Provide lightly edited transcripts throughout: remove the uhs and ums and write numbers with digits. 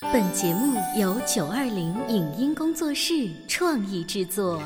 本节目由920影音工作室创意制作。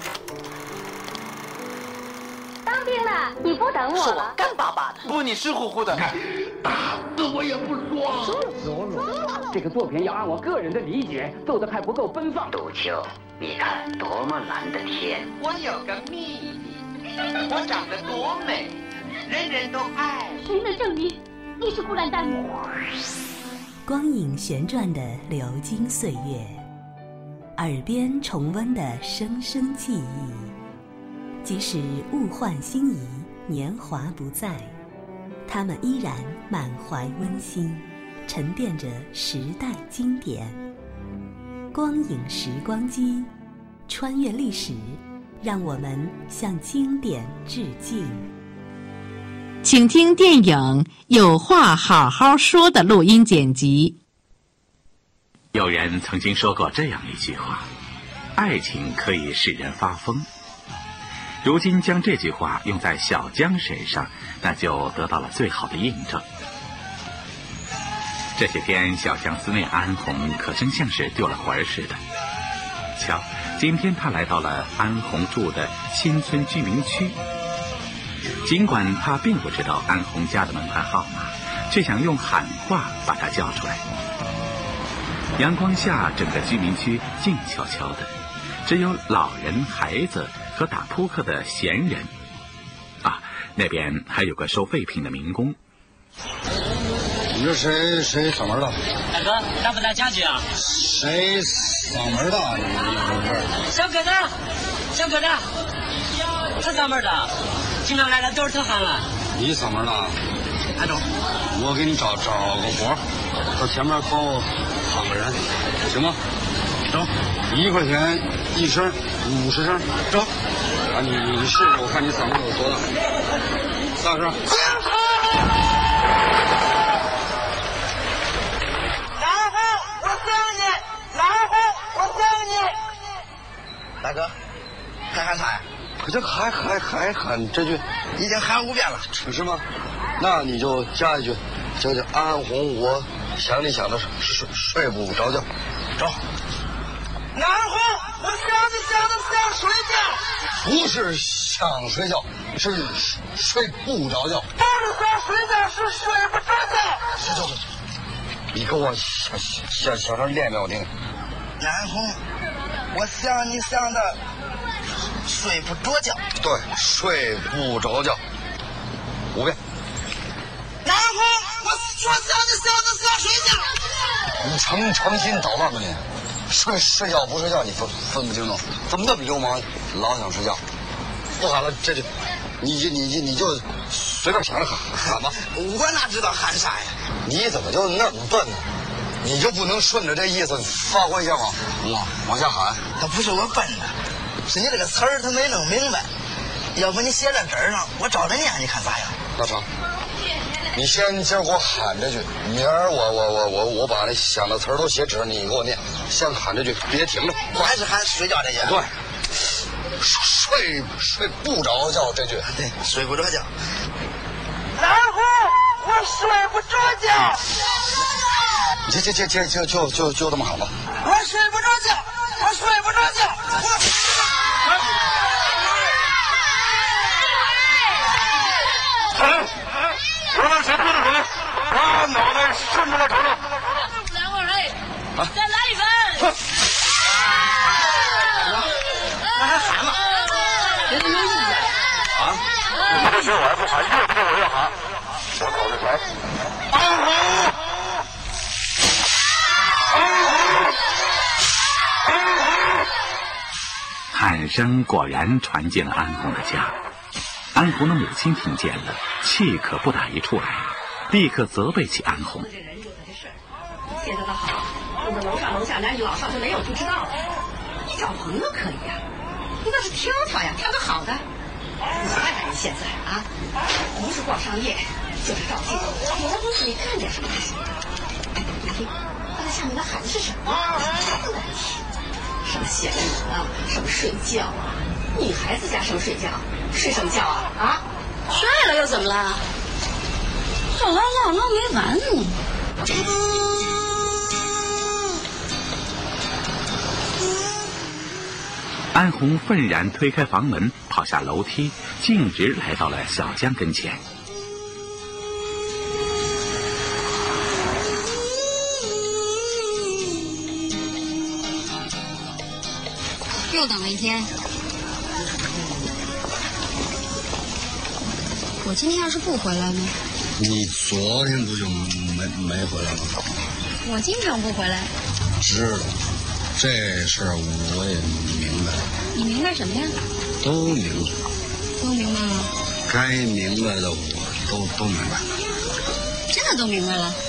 当兵了，你不等我了？ 是我干巴巴的，不，你湿乎乎的。 打死我也不说。 说，这个作品要按我个人的理解做得还不够奔放。 杜秋，你看多么蓝的天！ 我有个秘密，我长得多美，人人都爱。 谁能证明你是孤兰丹？ 光影旋转的流金岁月，耳边重温的声声记忆，即使物换星移，年华不在，他们依然满怀温馨，沉淀着时代经典。光影时光机，穿越历史，让我们向经典致敬。 请听电影《有话好好说》的录音剪辑。 有人曾经说过这样一句话：爱情可以使人发疯。如今将这句话用在小江身上，那就得到了最好的印证。这些天小江思念安红，可真像是丢了魂似的。瞧，今天他来到了安红住的新村居民区。尽管他并不知道安红家的门牌号码，却想用喊话把她叫出来。阳光下，整个居民区静悄悄的，只有老人、孩子和打扑克的闲人。啊，那边还有个收废品的民工。 你这谁嗓门大？ 大哥，大不大家具啊？ 谁嗓门大？你小疙瘩，小疙瘩，他嗓门大，经常来的都是他喊了。 你嗓门大？ 安中， 我给你找个活，到前面帮我喊个人，行吗？走，1块钱1声，50声，走。啊，你试试，我看你嗓门有多大。大声。 大哥，还喊啥呀？ 可这还喊这句， 已经喊5遍了， 是吗？那你就加一句，叫安红，我想你想的睡不着觉。走。 安红，我想你想的想睡觉。 不是想睡觉，是睡不着觉。 不是想睡觉，是睡不着觉。 走，你给我小声练练我听。 安红，我想你想的睡不着觉。 对，睡不着觉，5遍。 然后我想你想的想睡觉。 你诚心捣乱吧你？睡觉不睡觉你分不清楚？怎么那么流氓，老想睡觉？不喊了，这就你就随便想着喊吧。 我哪知道喊啥呀？ 你怎么就那么笨呢？你就不能顺着这意思发挥一下吗？往下喊。 他不是我笨呢，是你这个词儿他没弄明白。要不你写在纸上，我照着念，你看咋样？ 那成。你先今儿给我喊这句，明儿我把那想的词儿都写纸上，你给我念。先喊这句，别停着。 我还是喊睡觉这句。 对，睡不着觉这句。 对，睡不着觉。然后我睡不着觉。 就这么喊吧。 我睡不着觉，我睡不着觉， 我让谁喝的水？把脑袋伸出来瞅瞅。 2个人，再来一份。 那还喊了？ 这都没意思啊！你不学我还不喊，越不我越喊。我考虑谁？安红。 喊声果然传进了安红的家。安红的母亲听见了，气可不打一处来，立刻责备起安红。 现在倒好，我们楼上楼下男女老少就没有不知道的。你找朋友可以呀，你倒是挑挑呀，挑个好的。你看看你现在啊，不是逛商业，就是照镜，有的东西你看点什么看什么。你听，刚才下面那喊的是什么？这么难听，什么闲人啊，什么睡觉啊，女孩子家什么睡觉，睡什么觉啊？啊， 睡了又怎么了？这来唠唠没完呢。 安红愤然推开房门，跑下楼梯，径直来到了小江跟前。 又等了一天，我今天要是不回来呢？ 你昨天不就没回来吗？ 我经常不回来。 知道，这事儿我也明白。 你明白什么呀？ 都明白。 都明白了。 该明白的我都明白。 真的都明白了。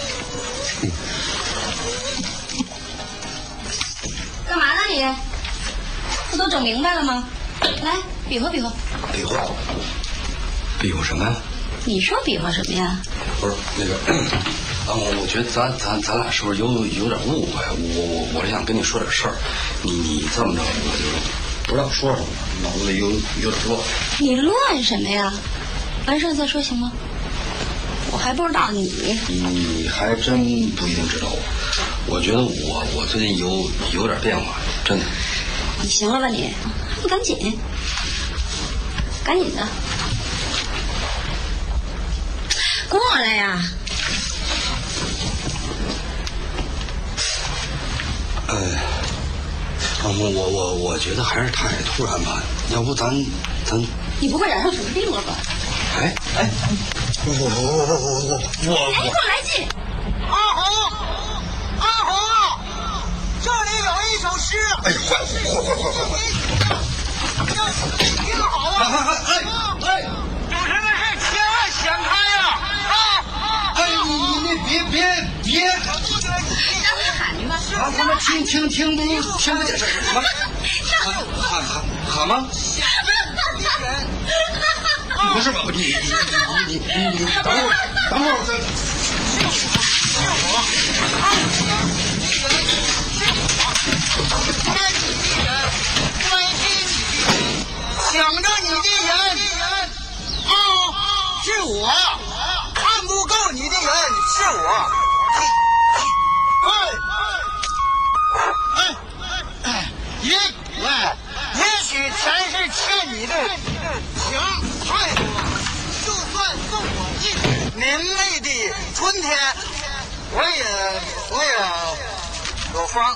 干嘛呢你？不都整明白了吗？来，比划比划。 比划？比划什么呀？ 你说比划什么呀？ 不是那个，我觉得咱俩是不是有点误会？我是想跟你说点事儿，你这么着我就不知道说什么，脑子里有点乱。 你乱什么呀？完事儿再说行吗？我还不知道你。 你还真不一定知道我。我觉得我最近有点变化，真的。 你行了吧你？还不赶紧？赶紧的。过来呀！ 我觉得还是太突然吧，要不咱你不会染上什么病了吧？ 哎，我哎，给我来劲！ 阿红，这里有一首诗。 哎呀， 快！听好啊！哎，有什么事千万想开呀！ 你别！ 让他喊去吧。 他们听不见事儿。什么？喊吗？不是吧？你等会儿想着你的人是我，看不够你的人是我。也许前世欠你的情太多，就算送我一明媚的春天，我也有风。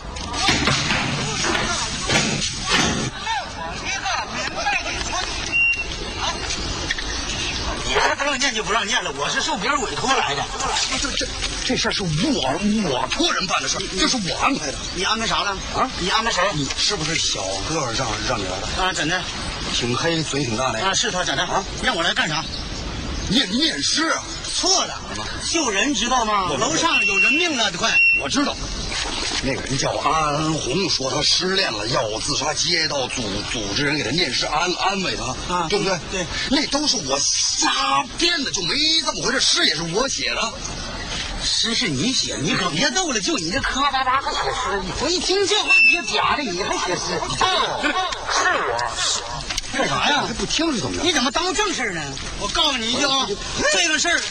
你还不让念就不让念了，我是受别人委托来的。 这事儿是我托人办的事儿，这是我安排的。 你安排啥了？啊？你安排谁？ 你是不是小个儿让你来的？ 啊，怎的？ 挺黑，嘴挺大的。 啊，是他怎的？啊，让我来干啥？ 念诗啊？ 错了，救人知道吗？楼上有人命了，快！ 我知道。那个人叫安红，说他失恋了，要自杀，街道组织人给他念诗安慰他，啊，对不对？ 对， 那都是我瞎编的，就没这么回事。诗也是我写的。 诗是你写，你可别逗了，就你这磕巴巴还写诗，我一听这话你就假的，你还写诗？是我。干啥呀？ 还不听是怎么着？ 你怎么当正事呢？我告诉你一句啊，这个事儿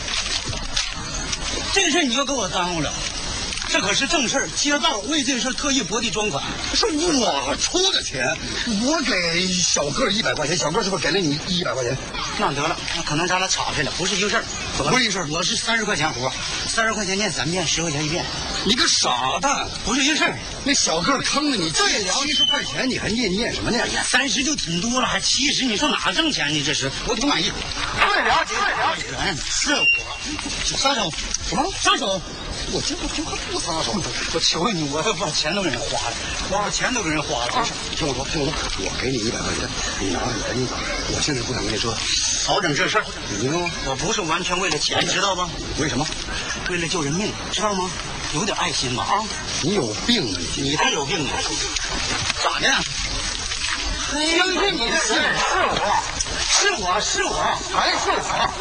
你就给我耽误了。这可是正事儿，街道为这事特意拨的专款， 是我出的钱，我给小个100块钱，小个是不是给了你100块钱？ 那得了，那可能咱俩吵去了，不是一个事儿。 怎么不是一事儿？ 我是30块钱活，30块钱念3遍，10块钱1遍。 你个傻蛋， 不是一个事儿。 那小个坑了你70块钱，你还念什么念？ 哎呀，30就挺多了，还70，你说哪挣钱呢？这是我挺满意。最了解人是我，撒手什么？撒手。 我这不撒手， 我求求你，我把钱都给人花了，听我说， 我给你100块钱，你拿着赶紧走。我现在不想跟你说， 少整这事儿， 你明白吗？ 我不是完全为了钱，知道吗？ 为什么？ 为了救人命，知道吗？有点爱心吧啊！ 你有病啊你才有病呢！咋的？相信你的人是我，还是我。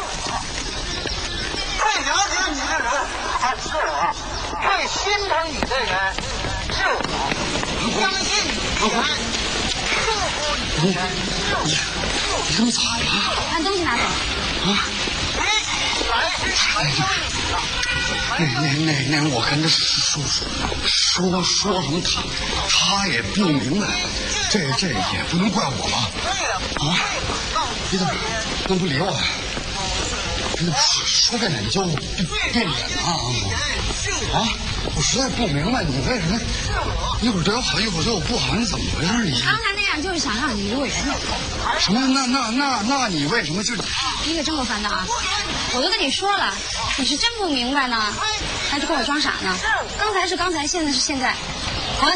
最了解你的人还是我，最心疼你的人是我，相信你的人，祝福你的人是我。 你这么咋了？ 把东西拿走。 啊！比起来， 那我跟他说什么，他也不明白，这也不能怪我吧？啊，你怎么能不理我呀？你怎么说这脸就变脸了啊？我实在不明白你为什么一会儿对我好，一会儿对我不好，你怎么回事？你刚才那样就是想让你离我远点。 什么？那你为什么就？ 你可真够烦的啊！我都跟你说了，你是真不明白呢，还是跟我装傻呢？刚才是刚才，现在是现在，滚！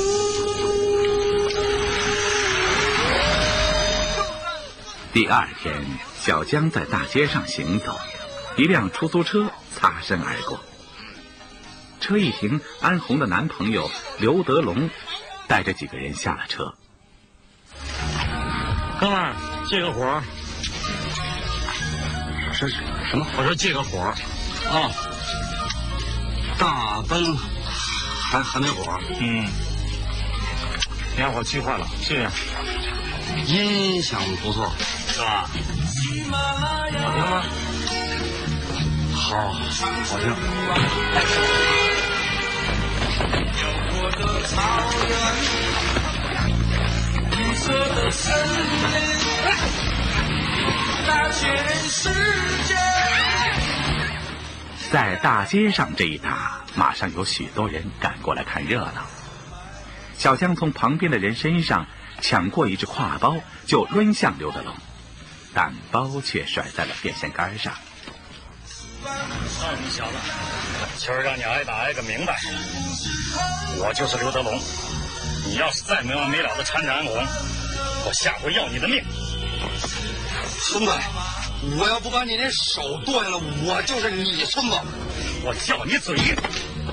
第二天，小江在大街上行走，一辆出租车擦身而过。车一停，安红的男朋友刘德龙带着几个人下了车。 哥们儿，借个火。 是什么？ 我说借个火。 啊，大奔还没火。 烟火气坏了，谢谢。 音响不错， 是吧？好听吗？ 好听。 在大街上这一打，马上有许多人赶过来看热闹。小江从旁边的人身上抢过一只挎包，就抡向刘德龙，但包却甩在了电线杆上。 你小子，今儿让你挨打挨个明白！我就是刘德龙，你要是再没完没了的缠着安红，我下回要你的命！ 孙子，我要不把你那手剁下来，我就是你孙子！ 我叫你嘴硬！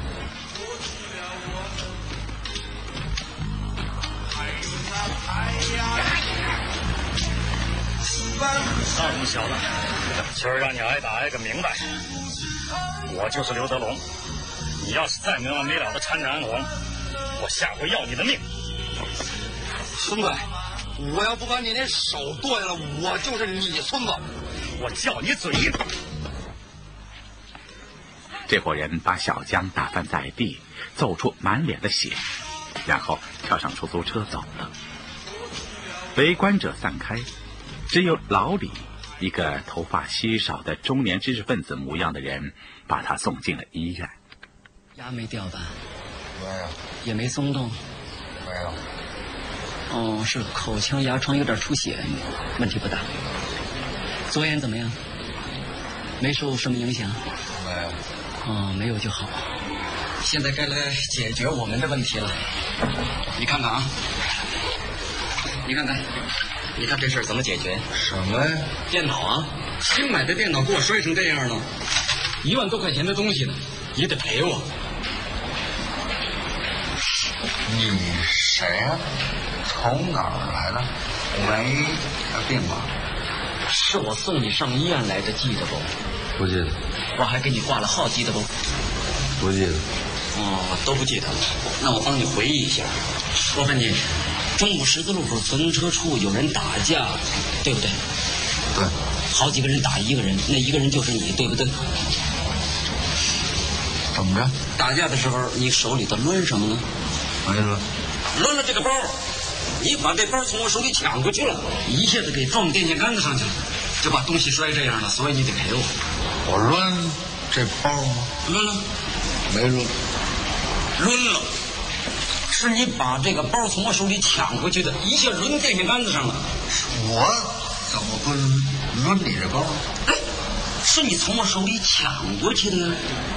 你小子，今儿让你挨打挨个明白！我就是刘德龙，你要是再没完没了的缠着安红，我下回要你的命！ 孙子，我要不把你那手剁下来，我就是你孙子！ 我叫你嘴硬！ 这伙人把小江打翻在地，揍出满脸的血，然后跳上出租车走了。围观者散开，只有老李，一个头发稀少的中年知识分子模样的人，把他送进了医院。 牙没掉吧？ 没有。 也没松动？ 没有。 哦，是口腔牙床有点出血，问题不大。左眼怎么样？没受什么影响？ 没有。 哦，没有就好。现在该来解决我们的问题了。你看看啊，你看看，你看这事儿怎么解决？ 什么呀？ 电脑啊，新买的电脑给我摔成这样了，1万多块钱的东西呢，也得赔我。 你谁呀？从哪儿来的？没病吧？ 是我送你上医院来的，记得不？ 不记得。 我还给你挂了号，记得不？ 不记得。 哦，都不记得了。那我帮你回忆一下。我问你，中午十字路口存车处有人打架，对不对？ 对。 好几个人打一个人，那一个人就是你，对不对？ 怎么着？ 打架的时候，你手里头抡什么呢？ 没抡。 抡了这个包，你把这包从我手里抢过去了，一下子给撞电线杆子上去了，就把东西摔这样了，所以你得赔我。 我抡这包吗？ 抡了。 没抡。 抡了。是你把这个包从我手里抢回去的，一下抡电线杆子上了。 我怎么会抡你这包？ 哎，是你从我手里抢过去的呀。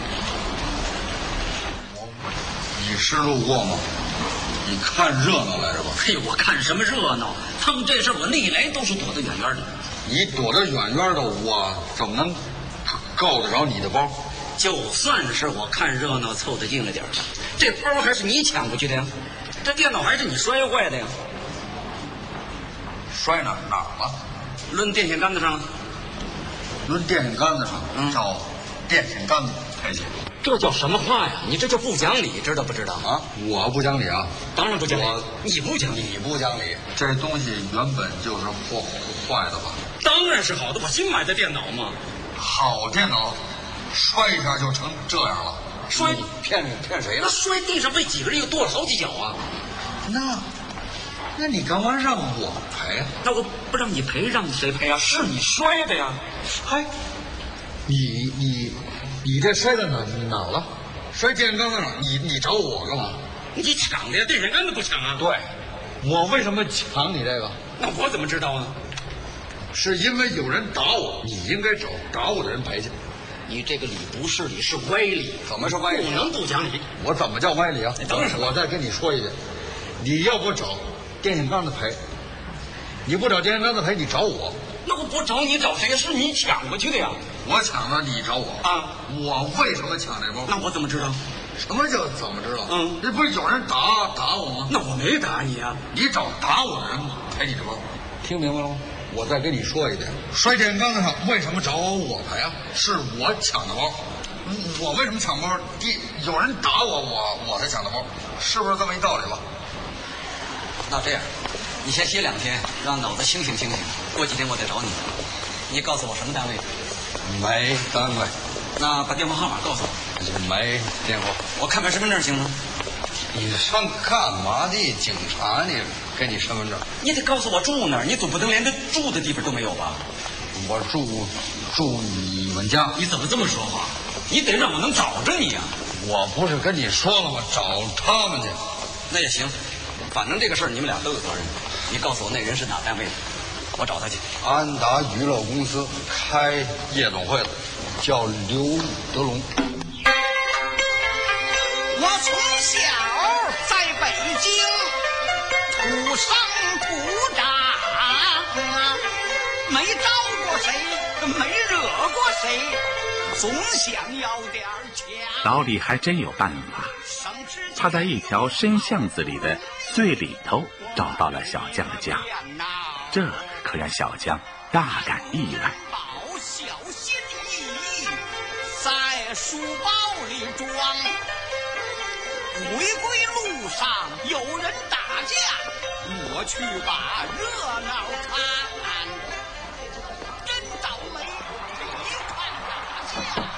你是路过吗？你看热闹来着吧？ 嘿，我看什么热闹？他们这事我历来都是躲得远远的。 你躲得远远的，我怎么能够得着你的包？ 就算是我看热闹凑得近了点儿，这包还是你抢过去的呀，这电脑还是你摔坏的呀。 摔哪儿了？ 抡电线杆子上了。 抡电线杆子上，找电线杆子赔钱。 这叫什么话呀？你这叫不讲理，知道不知道啊？我不讲理啊！ 当然不讲理，你不讲理， 你不讲理。这东西原本就是坏的吧？ 当然是好的，我新买的电脑嘛。 好电脑摔一下就成这样了？ 摔？ 你骗谁呢？ 那摔地上被几个人又跺了好几脚啊！ 那你干嘛让我赔啊？ 那我不让你赔，让谁赔啊？是你摔的呀！ 嗨，你这摔在哪了？摔电线杆子上，你找我干嘛？ 你抢的呀，电线杆子不抢啊？ 对，我为什么抢你这个？ 那我怎么知道啊？ 是因为有人打我，你应该找打我的人赔去。 你这个理不是理，是歪理。 怎么是歪理？ 不能不讲理。 我怎么叫歪理啊？ 等什么？ 我再跟你说一遍，你要不找电线杆子赔，你不找电线杆子赔，你找我。 那我不找你找谁呀？是你抢过去的呀。 我抢了，你找我啊？ 我为什么抢这包？ 那我怎么知道？ 什么叫怎么知道？这不是有人打我吗？ 那我没打你啊。 你找打我的人赔你这包，听明白了吗？我再跟你说一遍，摔电线杆子上为什么找我赔啊？是我抢的包。我为什么抢包？有人打我才抢的包，是不是这么一道理了？ 那这样，你先歇2天，让脑子清醒清醒。过几天我再找你。你告诉我什么单位？ 没单位。 那把电话号码告诉我。 没电话。 我看身份证行吗？ 你上干嘛的？警察你给你身份证？ 你得告诉我住哪儿，你总不能连个住的地方都没有吧？ 我住你们家。 你怎么这么说话？你得让我能找着你呀！ 我不是跟你说了吗？找他们去。 那也行，反正这个事儿你们俩都有责任。你告诉我那人是哪单位的，我找他去。 安达娱乐公司开夜总会的，叫刘德龙。 我从小在北京土生土长，没招过谁，没惹过谁，总想要点钱。 老李还真有办法，他在一条深巷子里的最里头找到了小江的家，这可让小江大感意外。 小心翼翼在书包里装，回归路上有人打架，我去把热闹看。真倒霉，一看打架。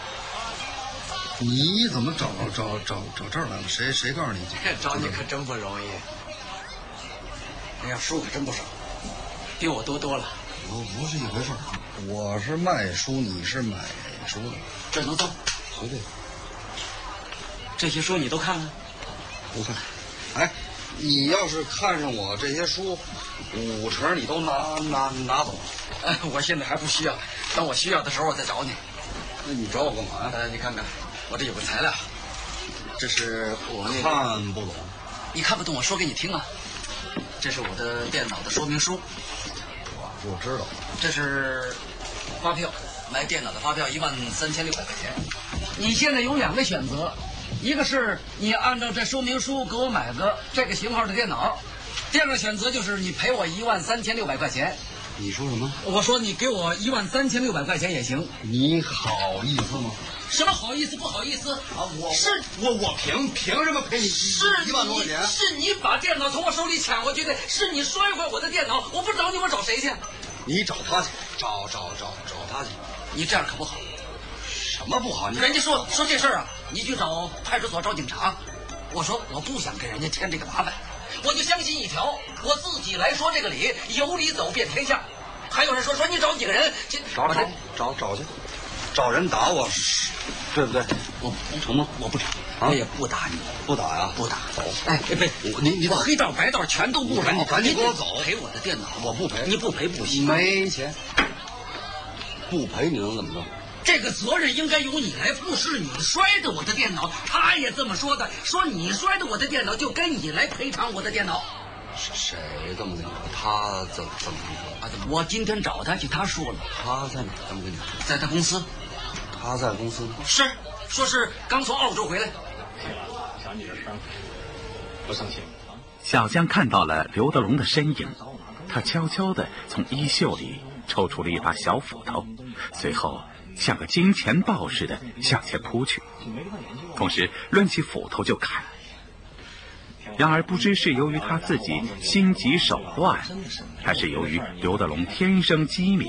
你怎么找这儿来了？谁告诉你？ 找你可真不容易。哎呀，书可真不少，比我多了。 不是一回事儿，我是卖书，你是买书的， 这能动？ 随便。 这些书你都看了？ 不看。哎，你要是看上我这些书，5成你都拿走。 我现在还不需要，等我需要的时候我再找你。 那你找我干嘛呀？ 你看看，我这有个材料，这是我那看不懂。 你看不懂，我说给你听啊。这是我的电脑的说明书。 我知道。 这是发票，买电脑的发票13600块钱。你现在有2个选择，一个是你按照这说明书给我买个这个型号的电脑，第二个选择就是你赔我13600块钱。 你说什么？ 我说你给我13600块钱也行。 你好意思吗？ 什么好意思不好意思啊？ 我凭什么赔你1万多块钱？ 是你把电脑从我手里抢过去的，是你摔坏我的电脑，我不找你，我找谁去？ 你找他去，找他去。 你这样可不好。 什么不好？ 人家说这事儿啊，你去找派出所找警察。我说我不想给人家添这个麻烦，我就相信一条，我自己来说这个理，有理走遍天下。还有人说你找几个人？ 找去，找人打我，对不对？ 我成吗？我不找，我也不打你， 不打呀？ 不打， 走。 哎，别，你我黑道白道全都不找， 你赶紧给我走。 赔我的电脑， 我不赔， 你不赔不行， 没钱，不赔你能怎么着？ 这个责任应该由你来负，是你摔的我的电脑，他也这么说的，说你摔的我的电脑就该你来赔偿我的电脑。 谁这么跟你说？他怎么跟你说？ 我今天找他去，他说了。 他在哪儿？怎么跟你说？ 在他公司。 他在公司？ 是，说是刚从澳洲回来。 想你这伤，不生气啊？ 小江看到了刘德龙的身影，他悄悄地从衣袖里抽出了一把小斧头，随后像个金钱豹似的向前扑去，同时抡起斧头就砍。然而不知是由于他自己心急手乱，还是由于刘德龙天生机敏，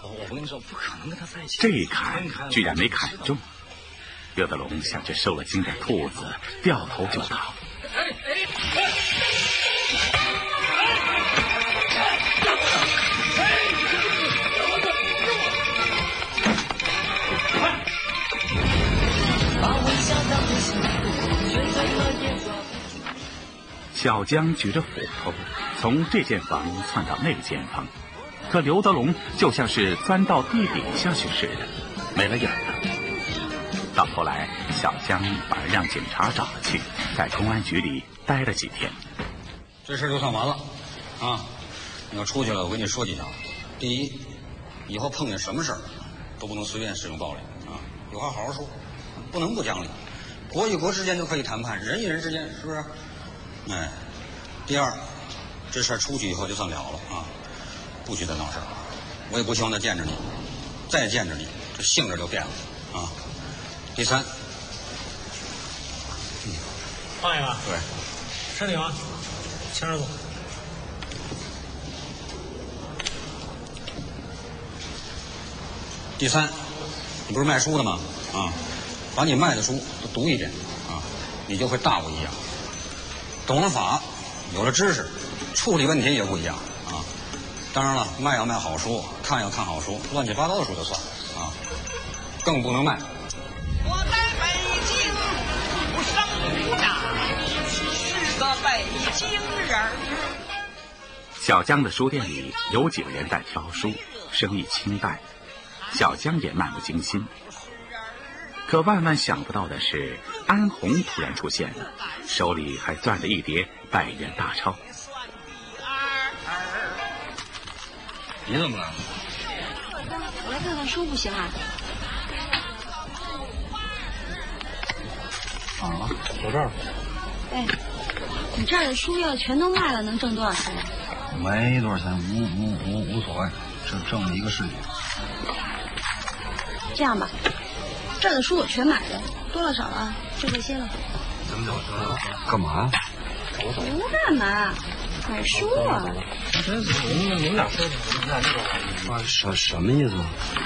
我跟你说，不可能跟他在一起。 这一砍居然没砍中，刘德龙像只受了惊的兔子，掉头就逃。小江举着斧头从这间房窜到那间房，可刘德龙就像是钻到地底下去似的，没了影了。到头来，小江反而让警察找了去，在公安局里待了几天。 这事就算完了，啊！你要出去了，我跟你说几条。第一，以后碰见什么事儿，都不能随便使用暴力啊！有话好好说，不能不讲理。国与国之间就可以谈判，人与人之间是不是？哎，第二，这事儿出去以后就算了了啊，不许再闹事儿。我也不希望再见着你，再见着你，这性质就变了啊。第三， 放一个， 对， 是你吗？签着走。 第三，你不是卖书的吗？啊，把你卖的书都读一遍啊，你就会大不一样。懂了法，有了知识，处理问题也不一样啊。当然了，卖要卖好书，看要看好书，乱七八糟的书就算啊，更不能卖。 我在北京土生长，是个北京人。 小江的书店里有几个人在挑书，生意清淡，小江也漫不经心。可万万想不到的是，安红突然出现了，手里还攥着一叠100元大钞。 你怎么了？ 我来看看书不行啊？ 啊，在这儿。 哎，你这儿的书要全都卖了，能挣多少钱？ 没多少钱，无所谓，这挣了一个世纪。 这样吧，这儿的书我全买了，多了少了就这些了。 干嘛？ 不干嘛，买书啊。 你们俩说的，你们俩这个什么意思？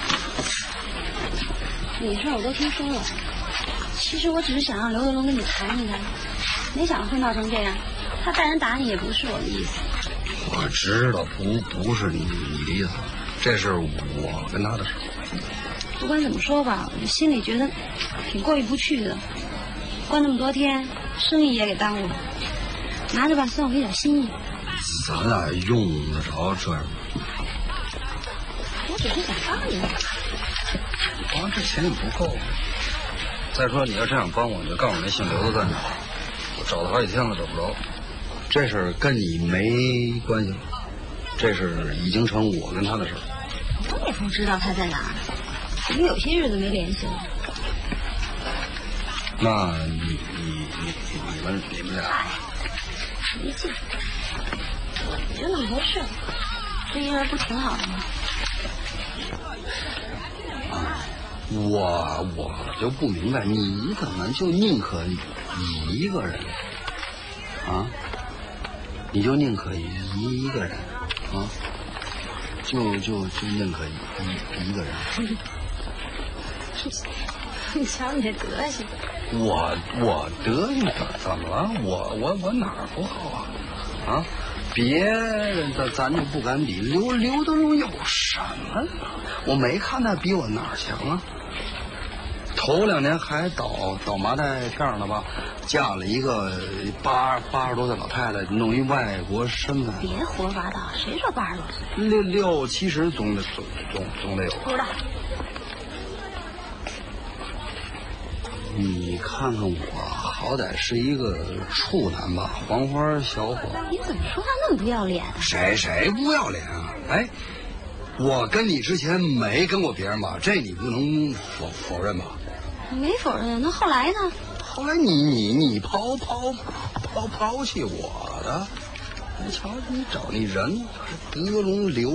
你事我都听说了。其实我只是想让刘德龙跟你谈一谈，没想到会闹成这样。他带人打你也不是我的意思。 我知道不是你的意思，这是我跟他的事。 不管怎么说吧，我心里觉得挺过意不去的。关那么多天，生意也给耽误了。拿着吧，算我一点心意。 咱俩用得着这样吗？ 我只是想帮你。 帮这钱也不够。再说你要真想帮我，你就告诉我那姓刘的在哪儿。我找了好几天了，找不着。这事儿跟你没关系了，这是已经成我跟他的事儿。 我也不知道他在哪儿，我们有些日子没联系了。 那你们俩没劲，就那么回事，这一人不挺好的吗？ 我就不明白，你怎么就宁可一个人啊？你就宁可一个人啊？就宁可一个人。 你瞧你这德行。 我德行怎么了？我哪儿不好啊？啊？别人咱就不敢比。刘德龙有什么？我没看他比我哪儿强啊。头2年还倒麻袋片呢吧，嫁了一个80多岁老太太，弄一外国身份。 别胡说八道，谁说80多岁 ？60、70总得有。 不知道。 你看看我，好歹是一个处男吧，黄花小伙。 你怎么说他那么不要脸呢？ 谁不要脸啊？哎，我跟你之前没跟过别人吧？这你不能否认吧？ 没否认，那后来呢？ 后来你抛弃我的，你瞧你找那人德龙刘，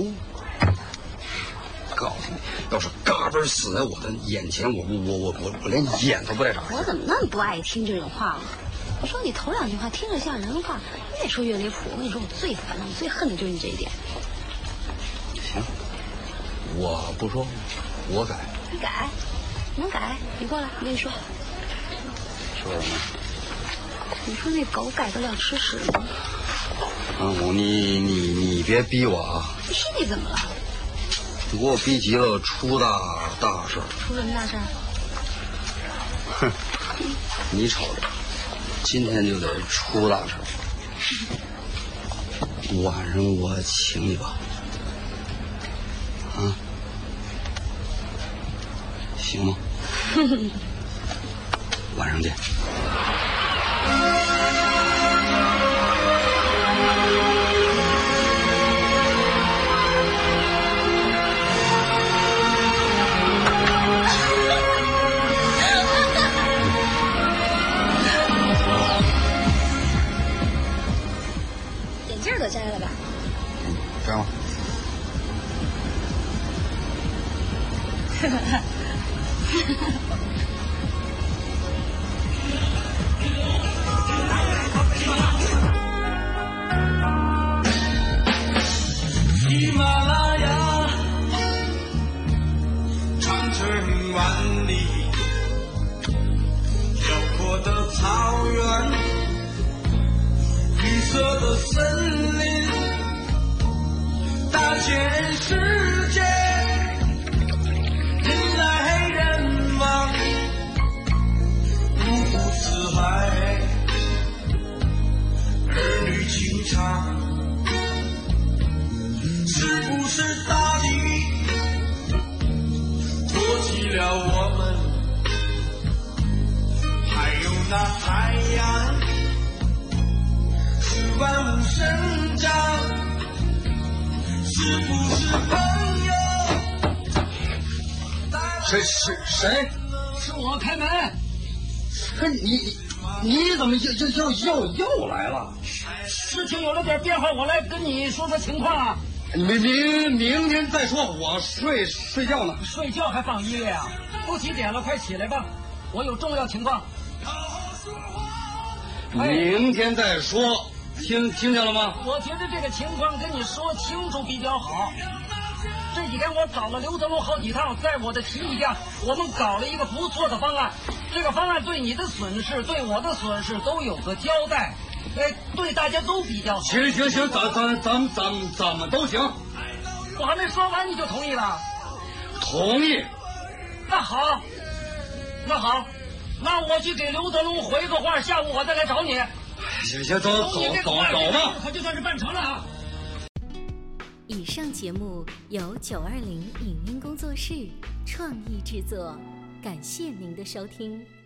告诉你，要是嘎嘣死在我的眼前，我连眼都不带眨。 我怎么那么不爱听这种话了？我说你头2句话听着像人话，越说越离谱。我跟你说，我最烦的、我最恨的就是你这一点。 行， 我不说，我改。 你改，能改？你过来，我跟你说。 说什么？ 你说那狗改得了吃屎吗？ 安红，你别逼我啊！ 逼你怎么了？ 你给我逼急了，出大事儿。 出什么大事儿？ 哼，你瞅着，今天就得出大事儿。晚上我请你吧，啊，行吗？晚上见。 眼镜都摘了吧？ 摘了。 喜马拉雅，长城万里，辽阔的草原，绿色的森林，大千世界，人来人往，五湖四海，儿女情长。是不是大地托起了我们？还有那太阳是万物生长。是不是朋友？ 谁？ 是我开门。 你怎么又来了？ 事情有了点变化，我来跟你说说情况啊。 明天再说，我睡觉呢。 睡觉还放音乐啊？都几点了，快起来吧，我有重要情况。 明天再说，听见了吗？ 我觉得这个情况跟你说清楚比较好。这几天我找了刘德龙好几趟，在我的提议下，我们搞了一个不错的方案。这个方案对你的损失，对我的损失都有个交代。对大家都比较好。 行，咱们都行。 我还没说完你就同意了？ 同意。 那好，那我去给刘德龙回个话，下午我再来找你。 行，走吧。 可就算是办成了啊。 以上节目由920影音工作室创意制作，感谢您的收听。